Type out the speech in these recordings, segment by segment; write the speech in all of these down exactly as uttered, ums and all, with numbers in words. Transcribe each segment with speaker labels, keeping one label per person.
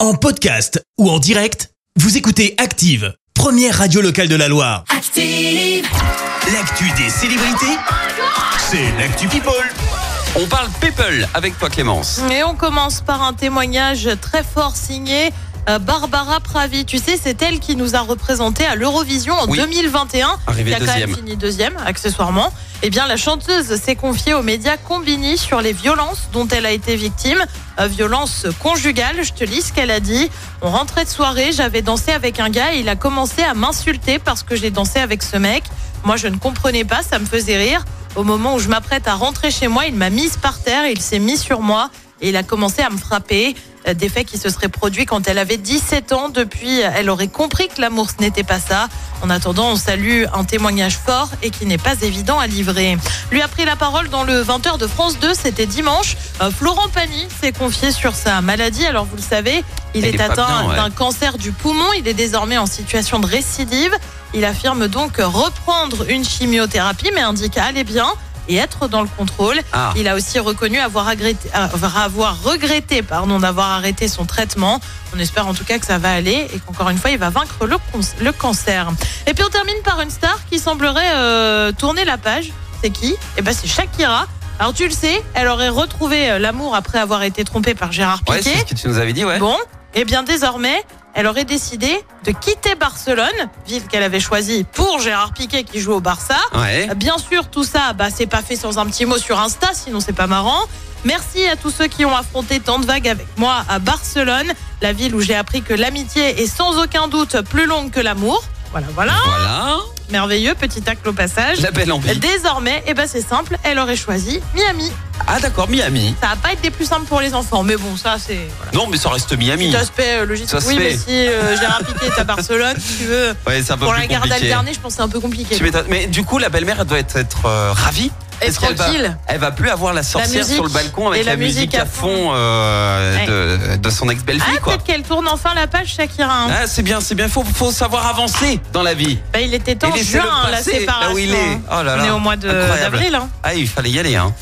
Speaker 1: En podcast ou en direct, vous écoutez Active, première radio locale de la Loire. Active! L'actu des célébrités, c'est l'actu People.
Speaker 2: On parle People avec toi Clémence.
Speaker 3: Et on commence par un témoignage très fort signé euh, Barbara Pravi. Tu sais, c'est elle qui nous a représenté à l'Eurovision en
Speaker 2: oui.
Speaker 3: deux mille vingt et un.
Speaker 2: Arrivée
Speaker 3: qui a
Speaker 2: deuxième.
Speaker 3: quand même fini deuxième, accessoirement. Eh bien, la chanteuse s'est confiée aux médias Combini sur les violences dont elle a été victime. Euh, violences conjugales, je te lis ce qu'elle a dit. On rentrait de soirée, j'avais dansé avec un gars et il a commencé à m'insulter parce que j'ai dansé avec ce mec. Moi, je ne comprenais pas, ça me faisait rire. Au moment où je m'apprête à rentrer chez moi, il m'a mise par terre, il s'est mis sur moi et il a commencé à me frapper. Des faits qui se seraient produits quand elle avait dix-sept ans. Depuis, elle aurait compris que l'amour, ce n'était pas ça. En attendant, on salue un témoignage fort et qui n'est pas évident à livrer. Lui a pris la parole dans le vingt heures de France deux, c'était dimanche. Euh, Florent Pagny s'est confié sur sa maladie. Alors, vous le savez, il
Speaker 2: Elle
Speaker 3: est,
Speaker 2: est
Speaker 3: atteint
Speaker 2: bien, ouais.
Speaker 3: d'un cancer du poumon. Il est désormais en situation de récidive. Il affirme donc reprendre une chimiothérapie, mais indique aller bien et être dans le contrôle.
Speaker 2: Ah.
Speaker 3: Il a aussi reconnu avoir regretté, avoir regretté pardon, d'avoir arrêté son traitement. On espère en tout cas que ça va aller et qu'encore une fois, il va vaincre le, le cancer. Et puis on termine par une star qui semblerait euh, tourner la page. C'est qui ? Eh ben c'est Shakira. Alors tu le sais, elle aurait retrouvé l'amour après avoir été trompée par Gérard Piqué.
Speaker 2: Ouais, c'est ce que tu nous avais dit, ouais.
Speaker 3: Bon, et bien désormais, elle aurait décidé de quitter Barcelone, ville qu'elle avait choisie pour Gérard Piqué qui joue au Barça.
Speaker 2: Ouais.
Speaker 3: Bien sûr, tout ça, bah, c'est pas fait sans un petit mot sur Insta, sinon c'est pas marrant. Merci à tous ceux qui ont affronté tant de vagues avec moi à Barcelone, la ville où j'ai appris que l'amitié est sans aucun doute plus longue que l'amour. Voilà, voilà.
Speaker 2: Voilà.
Speaker 3: Merveilleux, petit acte au passage.
Speaker 2: La belle envie.
Speaker 3: Désormais, eh ben, c'est simple, elle aurait choisi Miami.
Speaker 2: Ah d'accord, Miami.
Speaker 3: Ça va pas été plus simple pour les enfants, mais bon, ça c'est... Voilà.
Speaker 2: Non, mais ça reste Miami.
Speaker 3: Petit aspect euh, logique.
Speaker 2: Ça se
Speaker 3: oui,
Speaker 2: fait.
Speaker 3: mais si euh, Gérard Piqué est à Barcelone, si tu veux,
Speaker 2: Ouais, c'est un peu
Speaker 3: pour
Speaker 2: plus
Speaker 3: la garde
Speaker 2: compliqué.
Speaker 3: alternée, je pense que c'est un peu compliqué.
Speaker 2: Tu m'étonnes. Mais du coup, la belle-mère, elle doit être, être euh, ravie.
Speaker 3: Et
Speaker 2: Parce qu'elle va,
Speaker 3: tranquille.
Speaker 2: elle va plus avoir la sorcière
Speaker 3: musique.
Speaker 2: sur le balcon avec
Speaker 3: Et la
Speaker 2: la, musique à fond euh, de, de son ex-belle-fille,
Speaker 3: Ah,
Speaker 2: quoi.
Speaker 3: peut-être qu'elle tourne enfin la page, Shakira. Hein.
Speaker 2: Ah, c'est bien, c'est bien. Faut, faut savoir avancer dans la vie.
Speaker 3: Bah, il était temps
Speaker 2: Et laissez-le
Speaker 3: juin, hein, la
Speaker 2: passer
Speaker 3: séparation.
Speaker 2: là où il est. Oh là là.
Speaker 3: On est au mois de-
Speaker 2: Incroyable.
Speaker 3: d'avril. Hein.
Speaker 2: Ah, il fallait y aller, hein.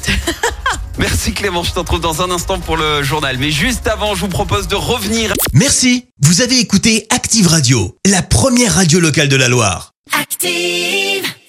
Speaker 2: Merci Clément, je te retrouve dans un instant pour le journal. Mais juste avant, je vous propose de revenir.
Speaker 1: Merci, vous avez écouté Active Radio, la première radio locale de la Loire.
Speaker 4: Active!